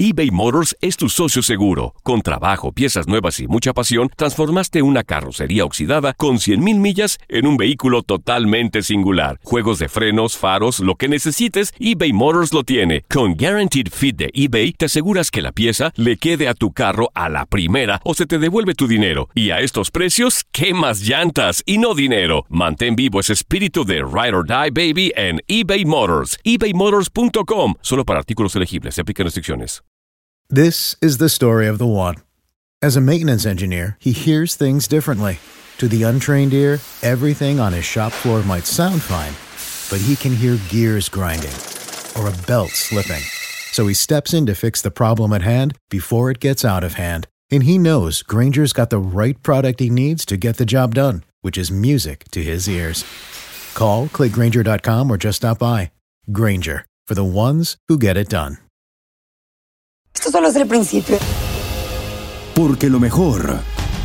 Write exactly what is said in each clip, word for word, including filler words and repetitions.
eBay Motors es tu socio seguro. Con trabajo, piezas nuevas y mucha pasión, transformaste una carrocería oxidada con cien mil millas en un vehículo totalmente singular. Juegos de frenos, faros, lo que necesites, eBay Motors lo tiene. Con Guaranteed Fit de eBay, te aseguras que la pieza le quede a tu carro a la primera o se te devuelve tu dinero. Y a estos precios, ¿qué más llantas y no dinero? Mantén vivo ese espíritu de Ride or Die, baby, en eBay Motors. ebay motors punto com. Solo para artículos elegibles. Se aplican restricciones. This is the story of the one. As a maintenance engineer, he hears things differently. To the untrained ear, everything on his shop floor might sound fine, but he can hear gears grinding or a belt slipping. So he steps in to fix the problem at hand before it gets out of hand. And he knows Grainger's got the right product he needs to get the job done, which is music to his ears. Call, click Grainger dot com, or just stop by. Grainger, for the ones who get it done. Esto solo es el principio. Porque lo mejor...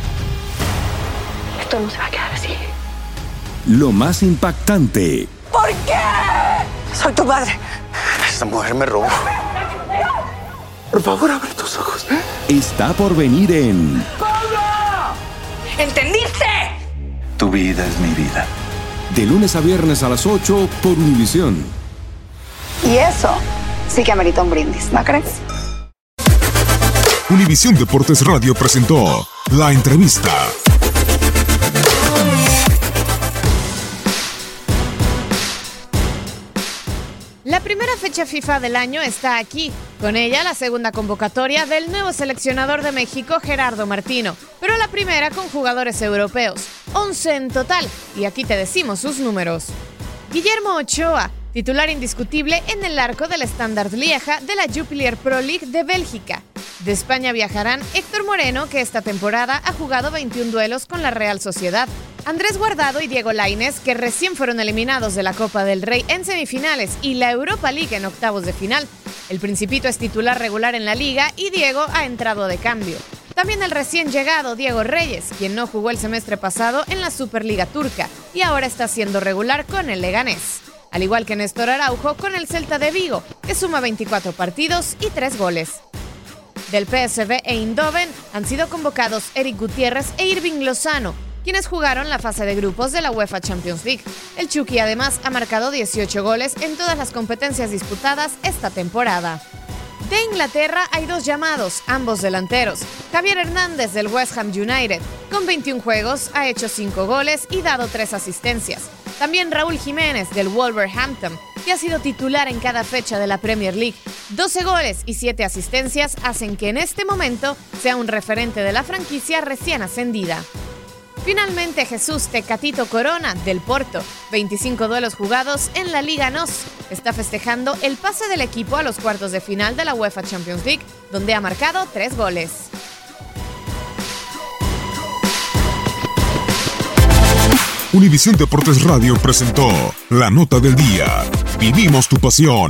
Esto no se va a quedar así. Lo más impactante... ¿Por qué? Soy tu padre. Esta mujer me robó. Por favor, abre tus ojos. Está por venir en... ¡Pablo! ¿Entendiste? Tu vida es mi vida. De lunes a viernes a las ocho por Univisión. Y eso sí que amerita un brindis, ¿no crees? Univisión Deportes Radio presentó La Entrevista. La primera fecha FIFA del año está aquí. Con ella, la segunda convocatoria del nuevo seleccionador de México, Gerardo Martino. Pero la primera con jugadores europeos. once en total. Y aquí te decimos sus números. Guillermo Ochoa, titular indiscutible en el arco del Standard Lieja de la Jupiler Pro League de Bélgica. De España viajarán Héctor Moreno, que esta temporada ha jugado veintiún duelos con la Real Sociedad. Andrés Guardado y Diego Lainez, que recién fueron eliminados de la Copa del Rey en semifinales y la Europa League en octavos de final. El Principito es titular regular en la Liga y Diego ha entrado de cambio. También el recién llegado Diego Reyes, quien no jugó el semestre pasado en la Superliga Turca y ahora está siendo regular con el Leganés. Al igual que Néstor Araujo con el Celta de Vigo, que suma veinticuatro partidos y tres goles. Del P S V e Eindhoven han sido convocados Eric Gutiérrez e Irving Lozano, quienes jugaron la fase de grupos de la UEFA Champions League. El Chucky además ha marcado dieciocho goles en todas las competencias disputadas esta temporada. De Inglaterra hay dos llamados, ambos delanteros. Javier Hernández del West Ham United, con veintiún juegos, ha hecho cinco goles y dado tres asistencias. También Raúl Jiménez del Wolverhampton, que ha sido titular en cada fecha de la Premier League. doce goles y siete asistencias hacen que en este momento sea un referente de la franquicia recién ascendida. Finalmente, Jesús Tecatito Corona, del Porto, veinticinco duelos jugados en la Liga N O S. Está festejando el pase del equipo a los cuartos de final de la UEFA Champions League, donde ha marcado tres goles. Univisión Deportes Radio presentó La Nota del Día. Vivimos tu pasión.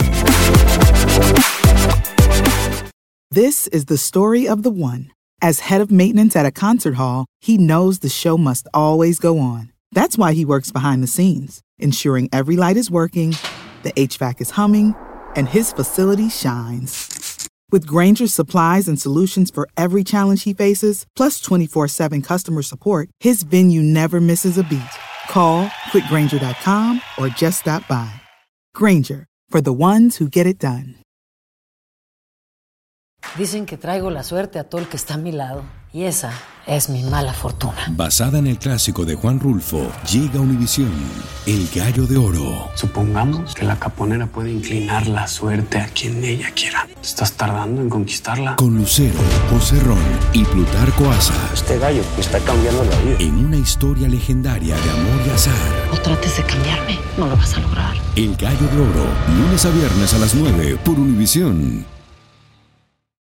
This is the story of the one. As head of maintenance at a concert hall, he knows the show must always go on. That's why he works behind the scenes, ensuring every light is working, the H V A C is humming, and his facility shines. With Grainger's supplies and solutions for every challenge he faces, plus twenty-four seven customer support, his venue never misses a beat. Call quick grainger dot com or just stop by. Grainger, for the ones who get it done. Dicen que traigo la suerte a todo el que está a mi lado. Y esa es mi mala fortuna. Basada en el clásico de Juan Rulfo, llega Univisión, El Gallo de Oro. Supongamos que la caponera puede inclinar la suerte a quien ella quiera. ¿Estás tardando en conquistarla? Con Lucero, José Ron y Plutarco Asa. Este gallo me está cambiando la vida. En una historia legendaria de amor y azar. No trates de cambiarme, no lo vas a lograr. El Gallo de Oro, lunes a viernes a las nueve por Univisión.